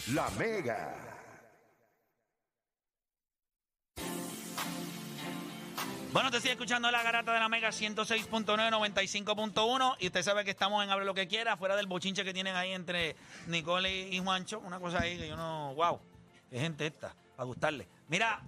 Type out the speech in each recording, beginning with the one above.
La Mega. Bueno, te sigue escuchando la garata de la Mega 106.9, 95.1 y usted sabe que estamos en Hable lo que quiera, fuera del bochinche que tienen ahí entre Nicole y Juancho, una cosa ahí que yo no, wow, qué gente esta, para gustarle. Mira,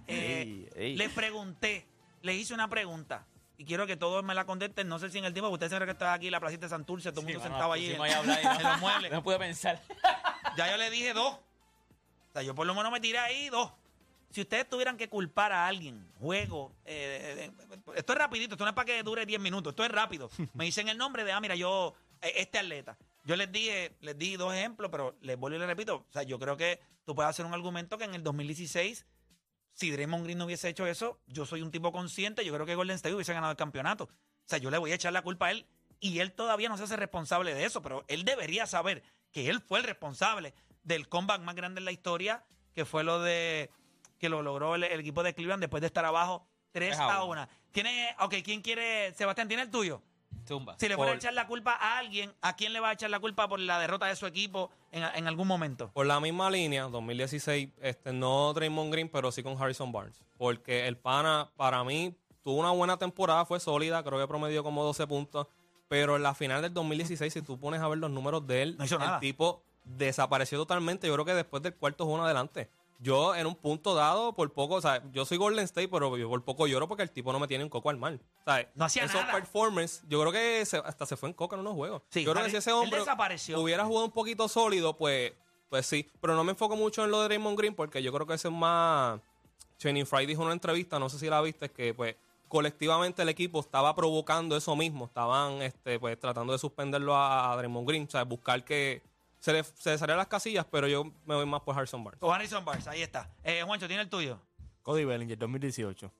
le pregunté, le hice una pregunta y quiero que todos me la contesten, no sé si en el tiempo, porque usted sabe que estaba aquí en la placita de Santurce, todo el mundo sentado allí en los muebles. No pude pensar. Ya yo le dije 2, o sea, yo por lo menos me tiré ahí 2. Si ustedes tuvieran que culpar a alguien, juego, esto es rapidito, esto no es para que dure 10 minutos, esto es rápido. Me dicen el nombre de, mira, yo, este atleta. Yo les di 2 ejemplos, pero les vuelvo y les repito. O sea, yo creo que tú puedes hacer un argumento que en el 2016, si Draymond Green no hubiese hecho eso, yo soy un tipo consciente, yo creo que Golden State hubiese ganado el campeonato. O sea, yo le voy a echar la culpa a él y él todavía no se hace responsable de eso, pero él debería saber que él fue el responsable del comeback más grande en la historia, que fue lo de... que lo logró el equipo de Cleveland después de estar abajo 3-1. ¿Quién quiere? Sebastián, ¿tiene el tuyo? Zumba. Si le fuera a echar la culpa a alguien, ¿a quién le va a echar la culpa por la derrota de su equipo en algún momento? Por la misma línea, 2016, no Draymond Green, pero sí con Harrison Barnes. Porque el pana, para mí, tuvo una buena temporada, fue sólida, creo que promedió como 12 puntos. Pero en la final del 2016, si tú pones a ver los números de él, no hizo nada. El tipo desapareció totalmente. Yo creo que después del cuarto juego en adelante. Yo, en un punto dado, por poco, o sea, yo soy Golden State, pero yo por poco lloro porque el tipo no me tiene un coco al mal. O sea, no hacía esos nada. Performance, yo creo que hasta se fue en coca en unos juegos. Sí, yo creo que si ese hombre hubiera jugado un poquito sólido, pues sí. Pero no me enfoco mucho en lo de Draymond Green porque yo creo que ese es más... Channing Frye dijo en una entrevista, no sé si la viste, que pues colectivamente el equipo estaba provocando eso mismo. Estaban pues tratando de suspenderlo a Draymond Green. O sea, buscar que... Se salían las casillas, pero yo me voy más por Harrison Barnes. Con Harrison Barnes, ahí está. Juancho, ¿tiene el tuyo? Cody Bellinger, 2018.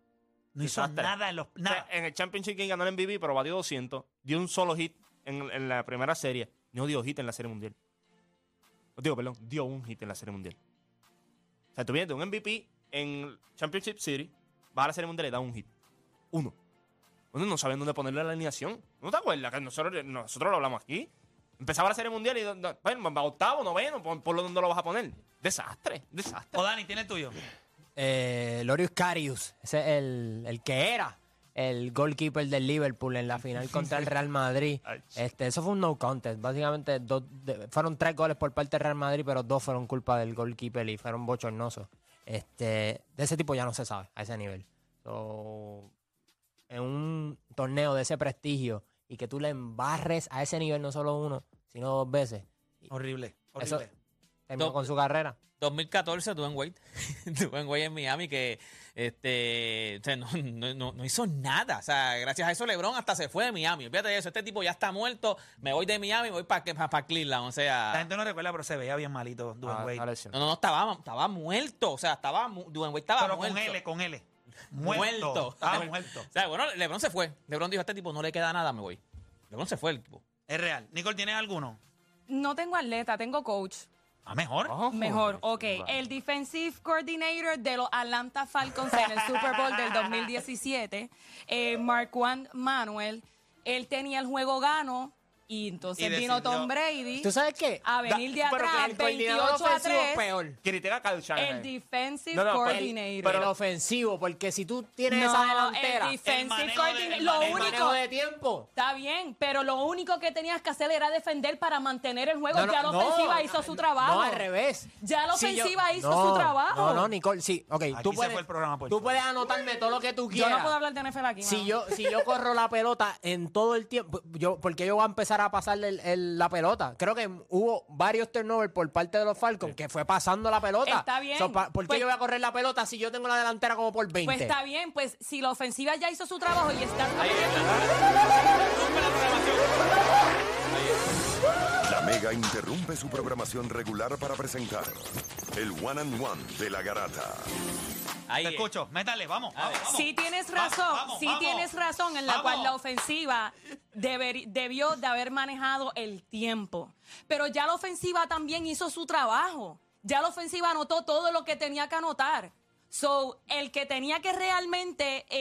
No hizo nada en los... Nada. O sea, en el Championship Game ganó el MVP, pero batió 200. Dio un solo hit en la primera serie. No dio hit en la Serie Mundial. Dio un hit en la Serie Mundial. O sea, tú vienes de un MVP en Championship Series, vas a la Serie Mundial y da un hit. Uno. Bueno, no saben dónde ponerle la alineación. ¿No te acuerdas? Que nosotros lo hablamos aquí. Empezaba la Serie Mundial y, bueno, octavo, noveno, por dónde lo vas a poner. Desastre. O Dani, ¿tiene el tuyo? Lorius Karius, ese es el que era el goalkeeper del Liverpool en la final contra el Real Madrid. Eso fue un no contest. Básicamente fueron 3 goles por parte del Real Madrid, pero 2 fueron culpa del goalkeeper y fueron bochornosos. De ese tipo ya no se sabe a ese nivel. En un torneo de ese prestigio y que tú le embarres a ese nivel no solo 1, sino 2 veces. Horrible. Eso terminó con su carrera. 2014, Dwayne Wade en Miami, que o sea, no hizo nada. O sea, gracias a eso LeBron hasta se fue de Miami. Fíjate de eso, este tipo ya está muerto. Me voy de Miami, voy para Cleveland. O sea, la gente no recuerda, pero se veía bien malito Dwayne Wade. No, estaba muerto. O sea, Dwayne Wade estaba pero muerto. Con L. Muerto. Estaba muerto. O sea, bueno, LeBron se fue. LeBron dijo, a este tipo no le queda nada, me voy. LeBron se fue el tipo. Es real. Nicole, ¿tienes alguno? No tengo atleta, tengo coach. ¿Mejor? Mejor, ok. El Defensive Coordinator de los Atlanta Falcons en el Super Bowl del 2017, Marquand Manuel, él tenía el juego gano y entonces vino Tom Brady. ¿Tú sabes qué? A venir de atrás, 28-3. Peor. Critica a Kyle Shanahan. El Defensive Coordinator. Pero el ofensivo, porque si tú tienes esa delantera, el Defensive Coordinator, el manejo de tiempo. Está bien, pero lo único que tenías que hacer era defender para mantener el juego. Ya la ofensiva hizo su trabajo. No, al revés. Ya la ofensiva hizo su trabajo. No, Nicole, sí. Ok, tú puedes anotarme todo lo que tú quieras. Yo no puedo hablar de NFL aquí. Si yo corro la pelota en todo el tiempo, porque yo voy a empezar a pasarle la pelota. Creo que hubo varios turnovers por parte de los Falcons que fue pasando la pelota. Está bien. ¿Por qué yo voy a correr la pelota si yo tengo la delantera como por 20? Pues está bien, pues si la ofensiva ya hizo su trabajo y está... La Mega interrumpe su programación regular para presentar el One and One de la Garata. Te escucho, métale, vamos. Sí tienes razón, tienes razón en la cual la ofensiva debió de haber manejado el tiempo. Pero ya la ofensiva también hizo su trabajo. Ya la ofensiva anotó todo lo que tenía que anotar. So, el que tenía que realmente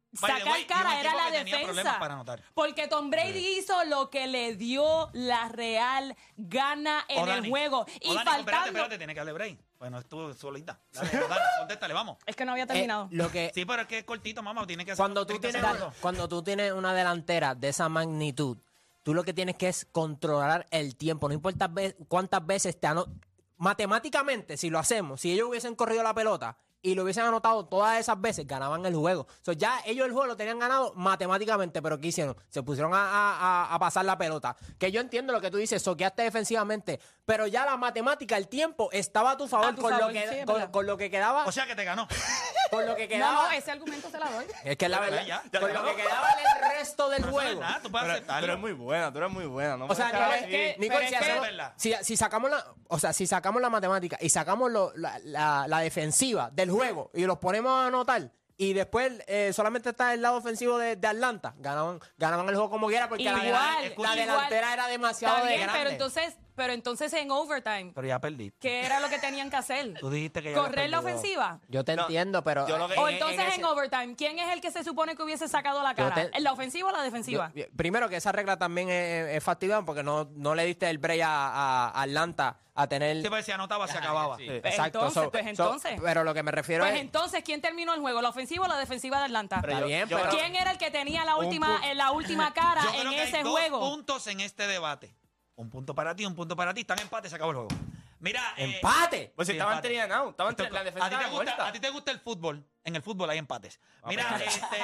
By the sacar way, y un cara era equipo la que tenía problemas defensa. para anotar. Porque Tom Brady hizo lo que le dio la real gana en el juego. Y Dani, faltando... espérate, tiene que darle break. Bueno, estuvo solita. Dale, Dani, contéstale, vamos. Es que no había terminado. Lo que, Sí, pero es que es cortito, mamá, tiene que hacer cuando tú tienes una delantera de esa magnitud, tú lo que tienes que es controlar el tiempo. No importa cuántas veces matemáticamente, si lo hacemos, si ellos hubiesen corrido la pelota y lo hubiesen anotado todas esas veces, ganaban el juego. Ya ellos el juego lo tenían ganado matemáticamente, pero ¿qué hicieron? Se pusieron a pasar la pelota. Que yo entiendo lo que tú dices, soqueaste defensivamente, pero ya la matemática, el tiempo, estaba a tu favor, con lo que quedaba. O sea que te ganó. Con lo que quedaba. No, ese argumento se la doy. Es que la verdad, ya, con lo que quedaba el resto del No juego. sabes nada, tú puedes Tú aceptarlo. eres muy buena. No O sea, puedes estar es que, así. Nicole, pero es que- es verdad. si sacamos la matemática y sacamos la defensiva del juego y los ponemos a anotar y después solamente está el lado ofensivo de Atlanta, ganaban el juego como quiera porque la delantera era demasiado Está de bien, grande. pero entonces en overtime, Pero ya perdiste. ¿qué era lo que tenían que hacer? Tú dijiste que ya ¿Correr la habías perdido. ofensiva? Yo te No, entiendo, pero yo lo que- O entonces en ese- overtime, ¿quién es el que se supone que hubiese sacado la cara? ¿En la ofensiva o la defensiva? primero que esa regla también es fastidiada porque no le diste el break a Atlanta a tener. Sí, pues si anotaba, se acababa. sí. Exacto. Entonces. Pero lo que me refiero Pues es. entonces, ¿quién terminó el juego? ¿La ofensiva o la defensiva de Atlanta? Está bien, yo pero. creo- ¿Quién era el que tenía la Un última punto. cara Yo en creo que ese hay juego? 2 puntos en este debate. Un punto para ti, un punto para ti. Están en empate, se acabó el juego. Mira, ¡Empate! Pues si Sí, estaban empate. trianados, estaban esto- la defensa a ti estaba muerta. a ti te gusta el fútbol. En el fútbol hay empates. Mira,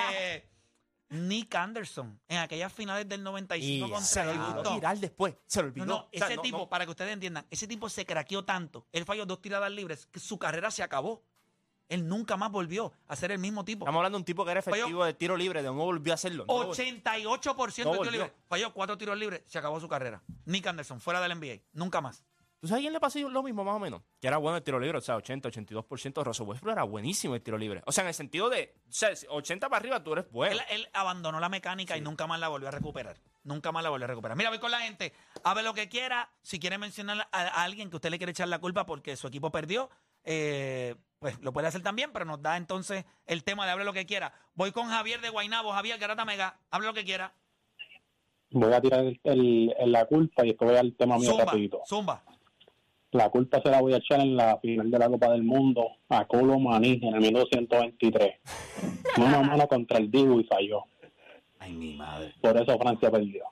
Nick Anderson, en aquellas finales del 95 Y contra Se lo olvidó Houston. tirar después. Se lo No, olvidó. no, O sea, ese tipo, para que ustedes entiendan, ese tipo se craqueó tanto. Él falló 2 tiradas libres que su carrera se acabó. Él nunca más volvió a ser el mismo tipo. Estamos hablando de un tipo que era efectivo de tiro libre, de no volvió a hacerlo. No, 88% No de volvió. tiros libres. Falló 4 tiros libres, se acabó su carrera. Nick Anderson, fuera del NBA. Nunca más. ¿Tú sabes a quién le pasó lo mismo, más o menos? Que era bueno el tiro libre, o sea, 82%. Russell Westbrook era buenísimo el tiro libre. O sea, en el sentido de, o sea, 80 para arriba tú eres bueno. Él abandonó la mecánica y nunca más la volvió a recuperar. Nunca más la volvió a recuperar. Mira, voy con la gente. Hable lo que quiera. Si quiere mencionar a alguien que usted le quiere echar la culpa porque su equipo perdió, pues lo puede hacer también, pero nos da entonces el tema de hable lo que quiera. Voy con Javier de Guaynabo. Javier Garata Mega, hable lo que quiera. Voy a tirar la culpa y después voy al tema mío rapidito. Zumba. La culpa se la voy a echar en la final de la Copa del Mundo a Colo Maní en el 1923. Mano a mano contra el Dibu y falló. Ay, mi madre. Por eso Francia perdió.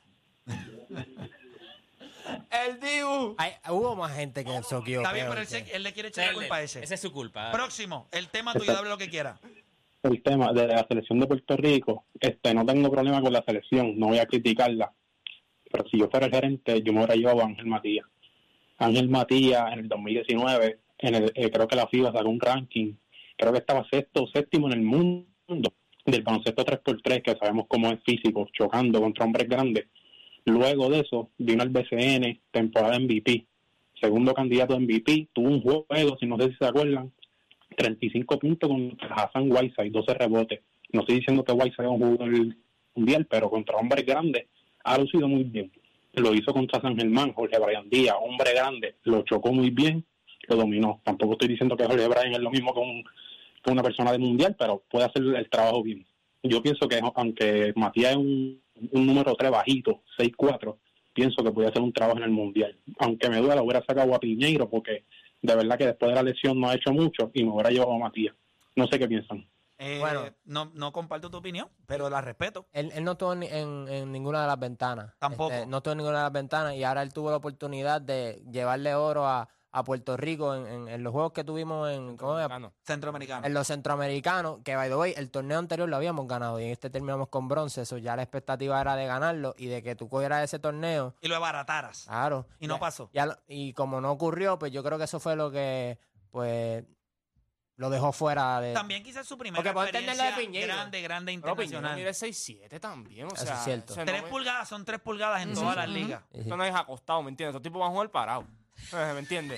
¡El Dibu! Hubo más gente que soqueó. Está bien, creo pero que- él le quiere echar la culpa a ese. Esa es su culpa. Próximo, el tema tuyo, hable lo que quiera. El tema de la selección de Puerto Rico, no tengo problema con la selección, no voy a criticarla. Pero si yo fuera el gerente, yo me hubiera llevado a Ángel Matías. Ángel Matías en el 2019, creo que la FIBA sacó un ranking, creo que estaba sexto o séptimo en el mundo del baloncesto 3x3, que sabemos cómo es físico, chocando contra hombres grandes. Luego de eso, vino al BCN, temporada MVP, segundo candidato a MVP, tuvo un juego, si no sé si se acuerdan, 35 puntos contra Hassan Whiteside, 12 rebotes. No estoy diciendo que Whiteside es un jugador mundial, pero contra hombres grandes ha lucido muy bien. Lo hizo contra San Germán, Jorge Brian Díaz, hombre grande, lo chocó muy bien, lo dominó. Tampoco estoy diciendo que Jorge Brian es lo mismo que una persona de mundial, pero puede hacer el trabajo bien. Yo pienso que aunque Matías es un número 3 bajito, 6'4", pienso que puede hacer un trabajo en el mundial. Aunque me duela, hubiera sacado a Piñeiro, porque de verdad que después de la lesión no ha hecho mucho y me hubiera llevado a Matías. No sé qué piensan. Bueno. No comparto tu opinión, pero la respeto. Él no estuvo en ninguna de las ventanas. Tampoco. No estuvo en ninguna de las ventanas y ahora él tuvo la oportunidad de llevarle oro a Puerto Rico en los juegos que tuvimos Centroamericano. en los centroamericanos, que by the way, el torneo anterior lo habíamos ganado y en este terminamos con bronce, eso ya la expectativa era de ganarlo y de que tú cogieras ese torneo. Y lo abarataras. Claro. Y no pasó. Y como no ocurrió, pues yo creo que eso fue lo que, pues, lo dejó fuera de... También quizás su primera Porque puedo entender experiencia lo de Piñeiro. grande Pero Piñeiro internacional. mide 6'7" también, o Eso sea... es cierto. o sea, 3 pulgadas son 3 pulgadas en todas las ligas. Eso no es acostado, ¿me entiendes? Estos tipos van a jugar parados. ¿Me entiendes?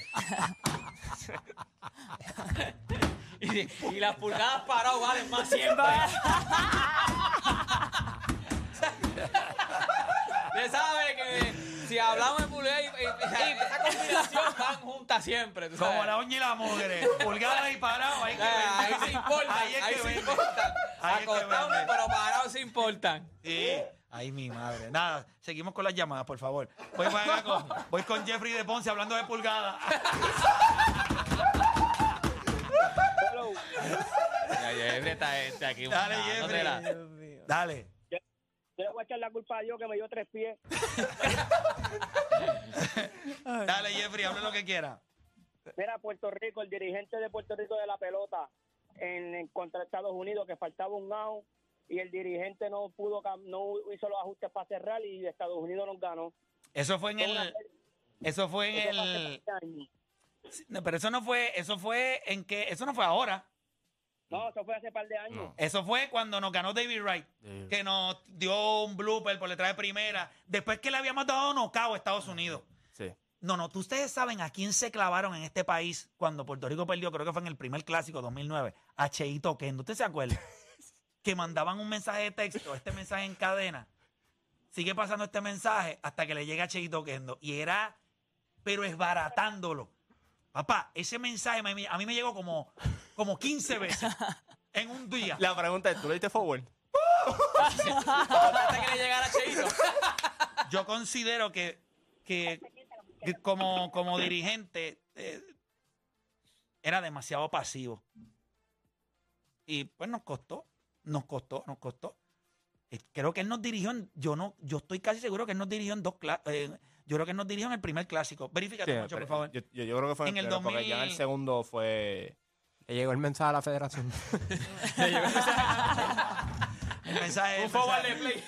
Y las pulgadas paradas valen más siempre. Usted sabe que si hablamos de pulgadas y esa combinación van juntas importa siempre. ¿tú Como sabes? la uña y la mugre. Pulgada y parado. Ahí, Ahí se importan, Ahí es ahí que se vende. importan. Ahí es que Acostados, vende. pero parados se importan. Sí. Ay, mi madre. Nada, seguimos con las llamadas, por favor. Voy con Jeffrey de Ponce hablando de pulgada. Ya, Jeffrey está aquí. Dale, dándotela. Jeffrey. Dale. Yo le voy a echar la culpa a Dios que me dio 3 pies. Dale, Jeffrey, hable lo que quiera. Mira, Puerto Rico, el dirigente de Puerto Rico de la pelota contra Estados Unidos, que faltaba un out y el dirigente no hizo los ajustes para cerrar y Estados Unidos nos ganó. Eso fue en el. Eso fue en el. No, pero eso no fue en que. Eso no fue ahora. No, eso fue hace par de años. No. Eso fue cuando nos ganó David Wright, que nos dio un blooper por detrás de primera, después que le habíamos dado knockout a Estados Unidos. Sí. No, ustedes saben a quién se clavaron en este país cuando Puerto Rico perdió, creo que fue en el primer clásico 2009, a Cheito Kendo. ¿Usted se acuerda? Que mandaban un mensaje de texto, este mensaje en cadena. Sigue pasando este mensaje hasta que le llega a Cheito Kendo. Y era, pero esbaratándolo. Papá, ese mensaje a mí me llegó como 15 veces en un día. La pregunta es, ¿tú le diste forward? Hasta que le llegara Cheito. Yo considero que como dirigente era demasiado pasivo. Y pues nos costó. Creo que él nos dirigió yo estoy casi seguro que él nos dirigió en yo creo que él nos dirigió en el primer clásico. Verifícate, Sí, Mocho, pero por favor. Yo creo que fue En el primero, porque ya en el 2000 segundo fue... Le llegó el mensaje a la federación. El mensaje. Un forward de play.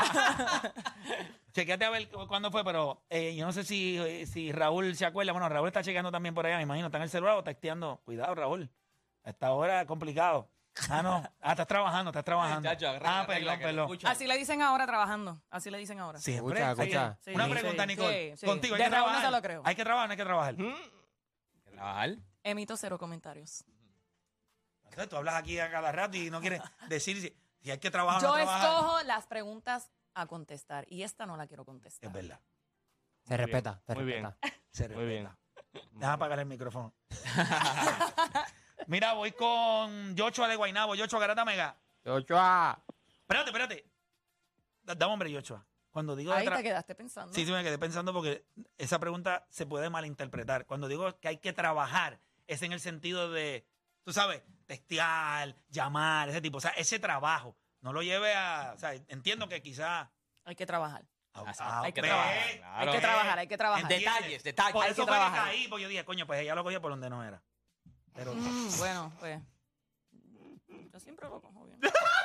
Chequéate a ver cuándo fue, pero yo no sé si Raúl se acuerda. Bueno, Raúl está chequeando también por allá, me imagino. Está en el celular o texteando. Cuidado, Raúl. A esta hora es complicado. Ah, no. Estás trabajando. Chacho, arregla, arregla, que Perdón. escucha. Así le dicen ahora trabajando. Así le dicen ahora. Siempre. Escucha. Sí, Una sí, pregunta, sí, Nicole. sí. Contigo, hay De que Raúl trabajar. no se lo creo. Hay que trabajar, no hay que trabajar. Trabajar. Emito 0 comentarios. Entonces, tú hablas aquí a cada rato y no quieres decir si hay que trabajar o Yo no trabajar. escojo las preguntas a contestar y esta no la quiero contestar. Es verdad. Se respeta, se Muy bien. respeta. Se Muy bien. respeta. Déjame apagar el micrófono. Mira, voy con Yochoa de Guaynabo. Yochoa, Garata Mega. Ochoa. Espérate. Dame, hombre, Yochoa. Cuando digo Ahí te quedaste pensando. Sí, me quedé pensando porque esa pregunta se puede malinterpretar. Cuando digo que hay que trabajar, es en el sentido de, tú sabes, textear, llamar, ese tipo. O sea, ese trabajo. No lo lleve a... O sea, entiendo que quizás... Hay que trabajar. Hay que ve, trabajar, Hay que trabajar, hay que trabajar. ¿entiendes? Detalles. Por Hay eso que fue que trabajar. caí, porque yo dije, coño, pues ella lo cogía por donde no era. Pero... Bueno, pues. Yo siempre lo cojo bien.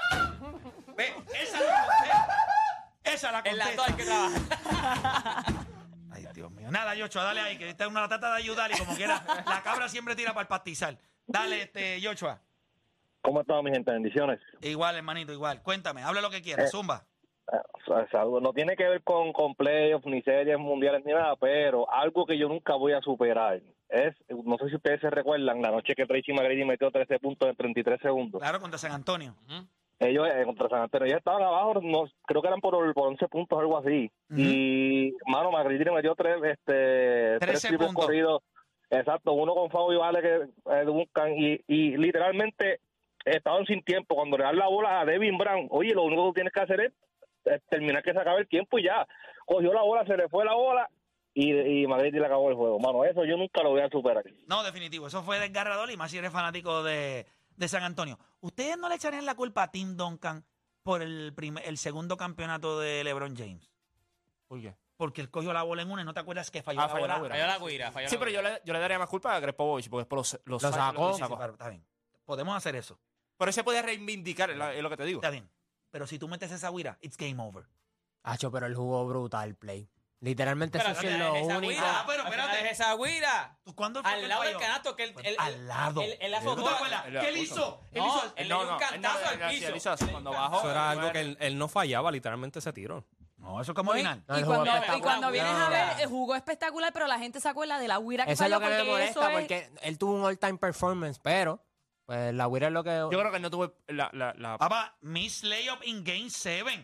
Ve, esa la conté. Esa la En las conté. dos hay que trabajar. Ay, Dios mío. Nada, Yochoa, dale ahí, que esta es una trata de ayudar y como quiera, la cabra siempre tira para el pastizal. Dale, Yochoa. ¿Cómo están, mi gente? Bendiciones. Igual, hermanito, igual. Cuéntame, habla lo que quieras, zumba. Saludos. No tiene que ver con playoffs, ni series mundiales, ni nada, pero algo que yo nunca voy a superar es, no sé si ustedes se recuerdan, la noche que Tracy McGrady metió 13 puntos en 33 segundos. Claro, contra San Antonio. Ellos, contra San Antonio, ellos estaban abajo, no, creo que eran por 11 puntos o algo así. Y, mano, McGrady le metió 3 triples puntos. corridos. Exacto, uno con Fabio Vale que buscan y literalmente estaban sin tiempo. Cuando le dan la bola a Devin Brown, oye, lo único que tienes que hacer es terminar que se acabe el tiempo y ya. Cogió la bola, se le fue la bola y McGrady le acabó el juego. Mano, eso yo nunca lo voy a superar. No, definitivo. Eso fue desgarrador y más si eres fanático de San Antonio. ¿Ustedes no le echarían la culpa a Tim Duncan por el segundo campeonato de LeBron James? ¿Por qué? Porque él cogió la bola en una y no te acuerdas que falló Ah, la falló la bola. bola. Falló la guira. Sí, pero yo le daría más culpa a Greg Popovich porque después lo sacó. Sí, claro, está bien. Podemos hacer eso. Pero él se puede reivindicar, es lo que te digo. Está bien. Pero si tú metes esa guira, it's game over. Hacho, pero él jugó brutal play. Literalmente Pero eso sí es esa lo guira, único. pero espérate. Es esa guira. ¿Tú cuándo fue que Al él lado del falló? canasto que él Al lado. Él la ¿Tú azotó. te acuerdas? Él ¿Qué la él hizo? Él No, hizo él le dio un cantazo al sí, él hizo piso. así, cuando bajó. Eso era algo que él no fallaba, literalmente ese tiro. No, eso es como final. No, Y él cuando, jugó y espectacular. cuando vienes a No. ver, jugó espectacular, pero la gente se acuerda de la huira que Eso es falló lo que me porque molesta, eso es... porque él tuvo un all-time performance, pero pues la Wira es lo que... Yo creo que él no tuvo la Papá, miss layup in game 7.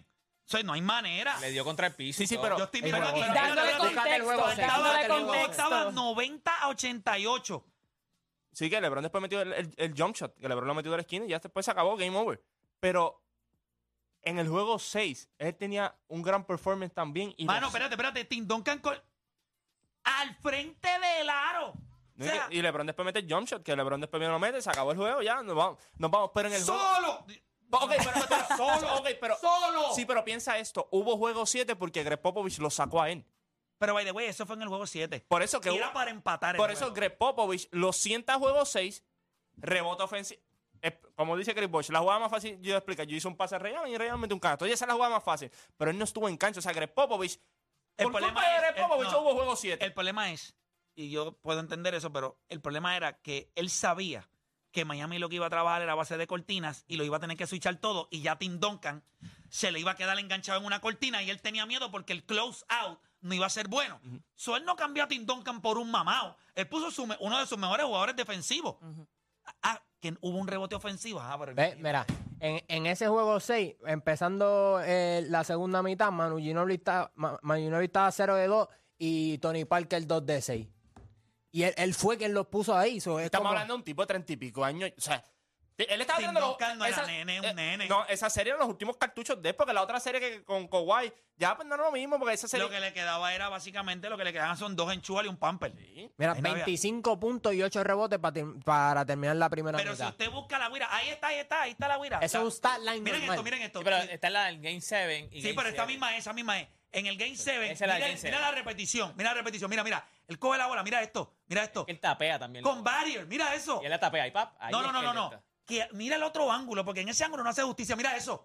sea, no hay manera. Le dio contra el piso. Sí, y sí, todo. pero Yo estoy mirando aquí. Dándole contexto, dándole contexto. Estaba 90-88. Sí, que LeBron después metió el jump shot, que LeBron lo metió de la esquina y ya después se acabó, game over. Pero en el juego 6, él tenía un gran performance también. Y Mano, espérate. Tim Duncan al frente del aro. O sea, y LeBron después mete el jump shot, que LeBron después lo mete, se acabó el juego, ya, nos vamos. Pero en el juego... ¡Solo! Ok, pero ¡Solo! Sí, pero piensa esto. Hubo juego 7 porque Greg Popovich lo sacó a él. Pero, by the way, eso fue en el juego 7. Por eso que Y era hubo- para empatar el Por eso juego. Greg Popovich lo sienta a juego 6, rebota ofensivo. Como dice Chris Bosh, la jugada más fácil, yo explico, yo hice un pase a Ray Allen y Ray Allen metió un canasto. Y esa es la jugada más fácil. Pero él no estuvo en cancha. O sea, Greg Popovich, por culpa de Greg Popovich hubo juego 7. El problema es, y yo puedo entender eso, pero el problema era que él sabía que Miami lo que iba a trabajar era a base de cortinas y lo iba a tener que switchar todo y ya Tim Duncan se le iba a quedar enganchado en una cortina y él tenía miedo porque el close out no iba a ser bueno. So, él no cambió a Tim Duncan por un mamao. Él puso uno de sus mejores jugadores defensivos. Que hubo un rebote ofensivo. Pero Mira, en ese juego 6, empezando la segunda mitad, Manu Ginobili estaba 0 de 2 y Tony Parker 2 de 6. Y él fue quien los puso ahí. Estamos hablando de un tipo de 30 y pico años. O sea, él estaba Tim viendo Duncan no era nene, un nene. No, esa serie eran los últimos cartuchos de él, porque la otra serie que con Kawhi, ya pues no era lo mismo, porque esa serie... Lo que le quedaba era básicamente lo que le quedaban son 2 enchúas y un pamper. Mira, Ahí no había. 25 puntos y 8 rebotes para terminar la primera Pero si mitad. usted busca la guira, ahí está la guira. Eso es un stat line Miren normal. esto, miren esto. Sí, pero está en el Game 7. Y Sí, Game pero esta 7. esa misma es. En el Game 7, Esa es la del Game 7. mira la repetición, mira. Él coge la bola, mira esto. Él tapea también. Con barrier, mira eso. Y él la tapea. Y pap, ahí es que él No. está. Que mira el otro ángulo, porque en ese ángulo no hace justicia. Mira eso.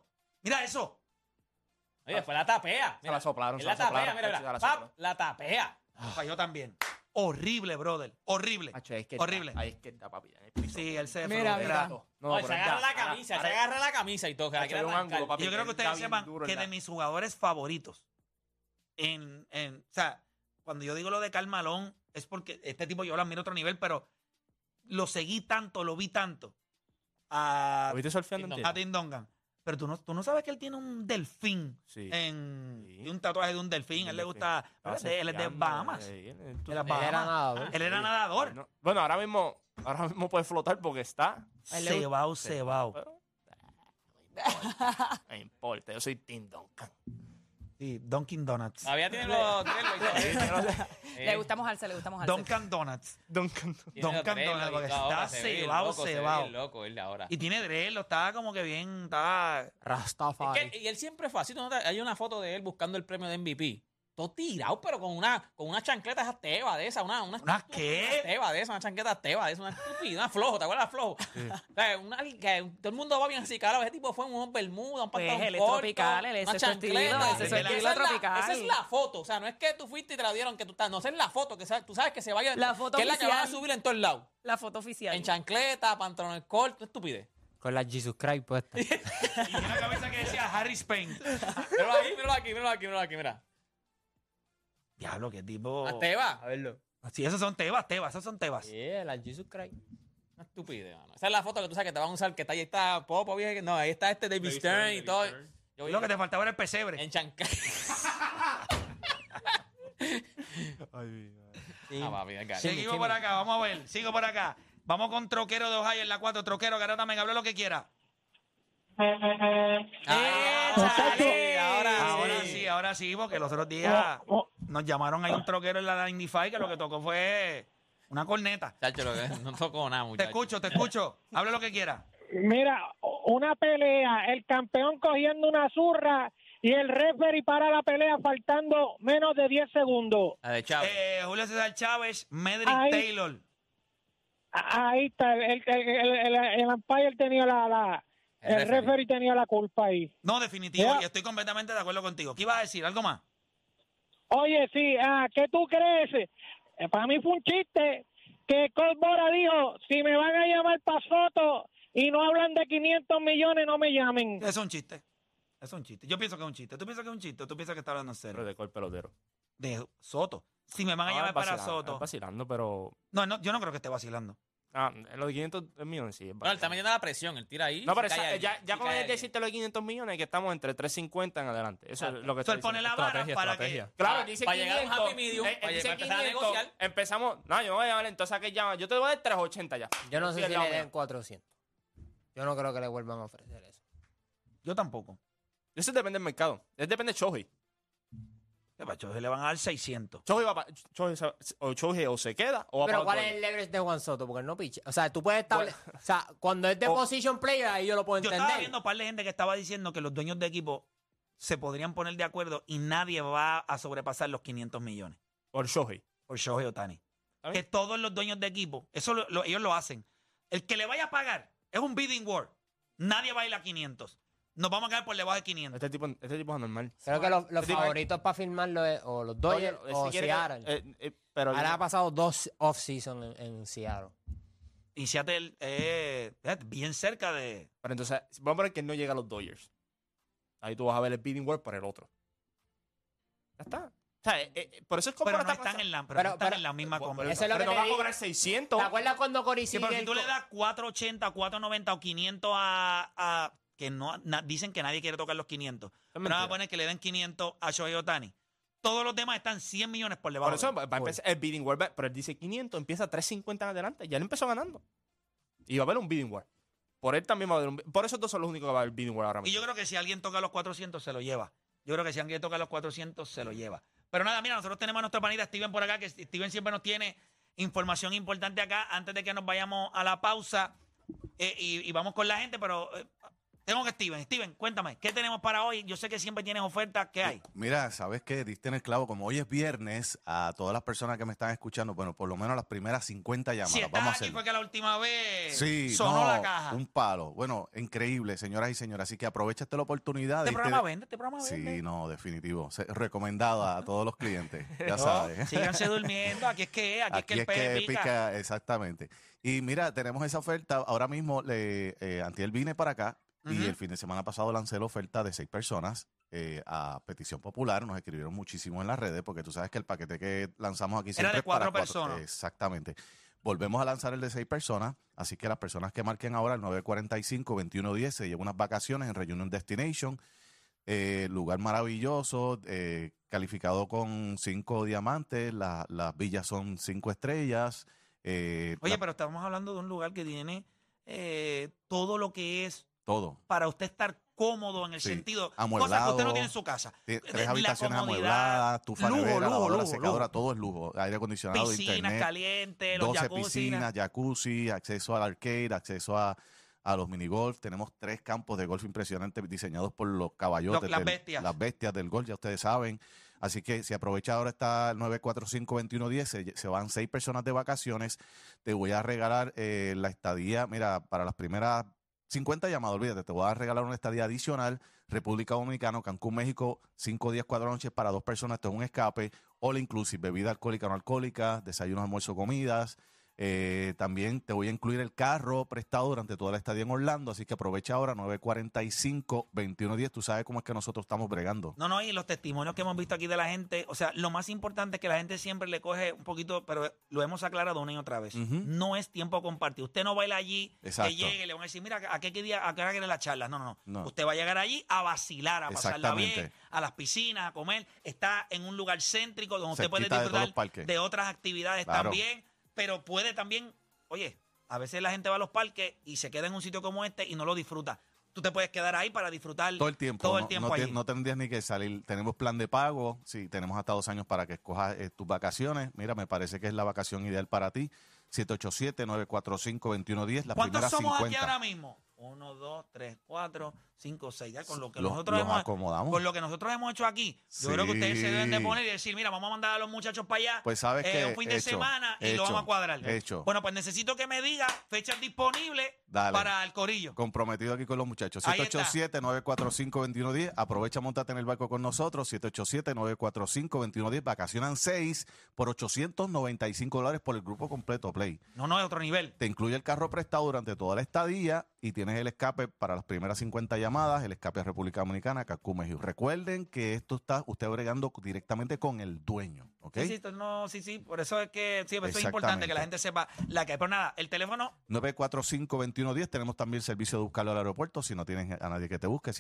Oye, después la tapea. Se la soplaron, Él se la la soplaron. tapea, mira. Se la Pap, soplaron. la tapea. Falló también. Horrible, brother. Horrible. Macho, ahí es que Horrible. Ahí es que está, papi. en el piso. Sí, él se Mira, fue. mira. No, No, pero se ya, agarra la ahora- camisa, ahora- se agarra la camisa y todo. Que la Macho, quiere hay un arrancar. ángulo, papi. Yo creo que ustedes Está bien sepan duro, que de ¿verdad? mis jugadores favoritos, o sea, cuando yo digo lo de Karl Malone, es porque este tipo yo lo admiro a otro nivel, pero lo seguí tanto, lo vi tanto a, ¿Lo viste surfeando en a Tim Duncan. Pero tú no sabes que él tiene un delfín Sí. y un tatuaje de un delfín. Sí, A él le delfín. gusta. Él es de Bahamas. De las Él Bahamas. era nadador. Él era nadador. Bueno, ahora mismo puede flotar porque está... Cebao. Pero- No importa, yo soy Tim Duncan. Sí, Dunkin' Donuts. Todavía tiene los Le gusta mojarse. Dunkin' Donuts. Duncan. Duncan Donuts, porque está cebao. loco él ahora. Y tiene drelo, estaba como que bien, estaba... Rastafari. Y él siempre fue así. ¿Tú no te- Hay una foto de él buscando el premio de MVP. Todo tirado, pero con una chancleta esa teba de esa. ¿Una qué? Teba de esa, una chancleta teba de esa, una estúpida, una flojo, ¿te acuerdas? Flojo. O sea, que todo el mundo va bien así, claro, ese tipo fue en unos bermudas, un Pues pantalón él es corto, tropical, él es una su estilo, chancleta. ese es su Esa estilo la- tropical. Esa es la foto, o sea, no es que tú fuiste y te la dieron, que tú estás, no, esa es la foto, que tú sabes que se vaya, La foto que es la que van a oficial. subir en todos lados. La foto oficial. En chancleta, pantalones cortos, estupidez. Con la Jesus Christ puesta. Y una cabeza que decía Harry Spain. Míralo aquí, mira. Diablo, qué tipo... Una teba. A verlo. Sí, esos son tebas, esos son tebas. Sí, la Jesus Christ. Una estupidez, mano. Esa es la foto que tú sabes que te van a usar, que está ahí está Popo, viejo. No, ahí está este David Stern y todo. Yo vi Lo que te faltaba era el pesebre. en chancleta. Papi, venga. Seguimos por acá, vamos a ver. Sigo por acá. Vamos con Troquero de Ohio en la 4. Troquero, Garata, me hable lo que quiera. Ahora sí, porque los otros días nos llamaron, hay un troquero en la Indify que lo que tocó fue una corneta. Chacho, no tocó nada, Te muchacho. escucho. Hable lo que quiera. Mira, una pelea, el campeón cogiendo una zurra y el referee para la pelea faltando menos de 10 segundos. La de Chávez. Julio César Chávez, Medrick Ahí. Taylor. Ahí está, el umpire tenía el referee tenía la culpa ahí. No, definitivo, Ya. y estoy completamente de acuerdo contigo. ¿Qué ibas a decir? ¿Algo más? Oye, sí, ¿qué tú crees? Para mí fue un chiste que Colt Bora dijo, si me van a llamar para Soto y no hablan de 500 millones, no me llamen. Es un chiste. Yo pienso que es un chiste. ¿Tú piensas que es un chiste o tú piensas que está hablando en serio? Pero de cuál pelotero. De Soto. Si me van a llamar para Soto. Vacilando, pero... No, yo no creo que esté vacilando. Los de 500 millones, sí. Es No, él bastante. está metiendo la presión, él tira ahí. No, pero cae ahí, ya con cae el ahí. decirte los 500 millones, que estamos entre 350 en adelante. Eso es lo que Eso estoy él pone diciendo. la vara Estrategia, para estrategia. Claro, Pa- dice pa llegar a un 500. happy medium, Él pa dice empezar a 500. negociar. Empezamos. No, yo no voy a llamar. Entonces, ¿a qué llama? Yo te voy a dar 380 ya. Yo no sé Sí, si al le lado den mío. 400. Yo no creo que le vuelvan a ofrecer eso. que yo tampoco. Eso depende del mercado. Eso depende de Shohei. Pacho, le van a dar 600. Shohei o se queda o va Pero para ¿cuál otro es el lado. leverage de Juan Soto? Porque él no piche. O sea, tú puedes establecer... O sea, cuando es de position player, ahí yo lo puedo Yo entender. estaba viendo un par de gente que estaba diciendo que los dueños de equipo se podrían poner de acuerdo y nadie va a sobrepasar los 500 millones Por Shohei. por Shohei Ohtani. ¿Está bien? Que todos los dueños de equipo, eso ellos lo hacen. El que le vaya a pagar es un bidding war. Nadie va a ir a 500. Nos vamos a quedar por debajo de 500. Este tipo es anormal. Creo que los Este tipo- favoritos para firmarlo es o los Dodgers Oye, o si quiere- Seattle. pero Ahora ha pasado 2 off-season en Seattle. Y Seattle fíjate, bien cerca de... Pero entonces, vamos a poner que él no llega a los Dodgers. Ahí tú vas a ver el bidding war por el otro. Ya está. O sea, por eso es como Pero no está están pasando. en la, Pero- están en la misma Bueno, conversación. Eso es lo pero que no te va a digo. cobrar 600. ¿Te acuerdas cuando Corey Sí, pero Seager si tú le das 480, 490 o 500 que no dicen que nadie quiere tocar los 500. Pero mentira. vamos a poner que le den 500 a Shohei Ohtani. Todos los demás están 100 millones por debajo. Por eso va a empezar el bidding war. Pero él dice 500, empieza a 350 en adelante. Ya él empezó ganando. Y va a haber un bidding war. Por él también va a haber un. Por eso estos son los únicos que va a haber bidding war ahora Y mismo. yo creo que si alguien toca los 400, se lo lleva. Yo creo que si alguien toca los 400, se lo lleva. Pero nada, mira, nosotros tenemos a nuestro panita Steven por acá, que Steven siempre nos tiene información importante acá antes de que nos vayamos a la pausa y vamos con la gente, pero tengo que Steven, cuéntame, ¿qué tenemos para hoy? Yo sé que siempre tienes ofertas, ¿qué hay? Mira, sabes que diste en el clavo, como hoy es viernes, a todas las personas que me están escuchando, bueno, por lo menos las primeras 50 llamadas, Si vamos estás a aquí hacerlo. fue que la última vez Sí, sonó no, la caja. un palo. Bueno, increíble, señoras y señores, así que aprovecha esta oportunidad. Este diste- programa vende, este programa vende. Sí, no, definitivo. Recomendado a todos los clientes, ya No, sabes. síganse durmiendo, aquí es que el pez pica. Exactamente. Y mira, tenemos esa oferta. Ahora mismo, antier vine para acá y el fin de semana pasado lancé la oferta de 6 personas a petición popular. Nos escribieron muchísimo en las redes porque tú sabes que el paquete que lanzamos aquí siempre de es para 4 personas. Exactamente. Volvemos a lanzar el de 6 personas, así que las personas que marquen ahora el 945-2110 se llevan unas vacaciones en Reunion Destination. Lugar maravilloso, calificado con 5 diamantes, las villas son 5 estrellas. Oye, pero estamos hablando de un lugar que tiene todo lo que es todo. para usted estar cómodo en el Sí, sentido, amueblado. cosas que usted no tiene en su casa. 3 La habitaciones comodidad, amuebladas, tufa, lujo, nevera, lujo, lavadora, lujo, secadora, lujo. todo es lujo. Aire acondicionado, Piscinas internet, calientes, los 12 jacuzzi. piscinas, jacuzzi, acceso al arcade, acceso a los minigolf. Tenemos 3 campos de golf impresionantes diseñados por los caballotes. Las bestias. Las bestias del golf, ya ustedes saben. Así que si aprovecha ahora está el 945-2110, se van 6 personas de vacaciones. Te voy a regalar la estadía, mira, para las primeras 50 llamadas, olvídate, te voy a regalar una estadía adicional. República Dominicana, Cancún, México, 5 días, 4 noches para 2 personas. Esto es un escape, all inclusive, bebida alcohólica, no alcohólica, desayunos, almuerzo, comidas. También te voy a incluir el carro prestado durante toda la estadía en Orlando, así que aprovecha ahora 945-2110. Tú sabes cómo es que nosotros estamos bregando. No, y los testimonios que hemos visto aquí de la gente, o sea, lo más importante es que la gente siempre le coge un poquito, pero lo hemos aclarado una y otra vez. Ujú. No es tiempo compartido. Usted no va a ir allí, Exacto. que llegue, le van a decir, mira, ¿a qué día, a qué hora quiere la charla? No. No. Usted va a llegar allí a vacilar, a pasarla bien, Exactamente. a las piscinas, a comer. Está en un lugar céntrico donde usted puede Cerquita de todos los disfrutar parques. de otras actividades Claro. también, pero puede también, oye, a veces la gente va a los parques y se queda en un sitio como este y no lo disfruta. Tú te puedes quedar ahí para disfrutar Todo el tiempo. todo el no- tiempo no, allí. no tendrías ni que salir. Tenemos plan de pago. Sí, tenemos hasta 2 años para que escojas tus vacaciones. Mira, me parece que es la vacación ideal para ti. 787-945-2110. Las ¿Cuántos primeras somos 50. aquí ahora mismo? 1, 2, 3, 4, 5, 6. Ya con lo que Los- nosotros los hemos acomodamos. con lo que nosotros hemos hecho aquí, yo Sí. creo que ustedes se deben de poner y decir, mira, vamos a mandar a los muchachos para allá Pues sabes que un fin de hecho, semana y lo hecho, vamos a cuadrar. hecho. Bueno, pues necesito que me diga fechas disponibles Dale. para el corillo. Comprometido aquí con los muchachos. Ahí está. 787-945-2110. Aprovecha, montate en el barco con nosotros. 787-945-2110. Vacacionan 6 por $895 por el grupo completo Play. No, es otro nivel. Te incluye el carro prestado durante toda la estadía y tienes el escape para las primeras 50 llamadas, el escape a República Dominicana, Cancún, México. Recuerden que esto está usted bregando directamente con el dueño, ¿Ok? Sí, por eso es que siempre es importante que la gente sepa la que hay. Pero nada, el teléfono 945-2110, tenemos también el servicio de buscarlo al aeropuerto, si no tienes a nadie que te busque,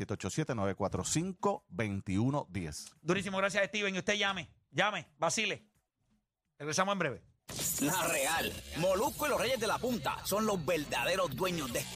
787-945-2110. Durísimo, gracias Steven, y usted llame, vacile. Regresamos en breve. La Real, Molusco y los Reyes de la Punta son los verdaderos dueños de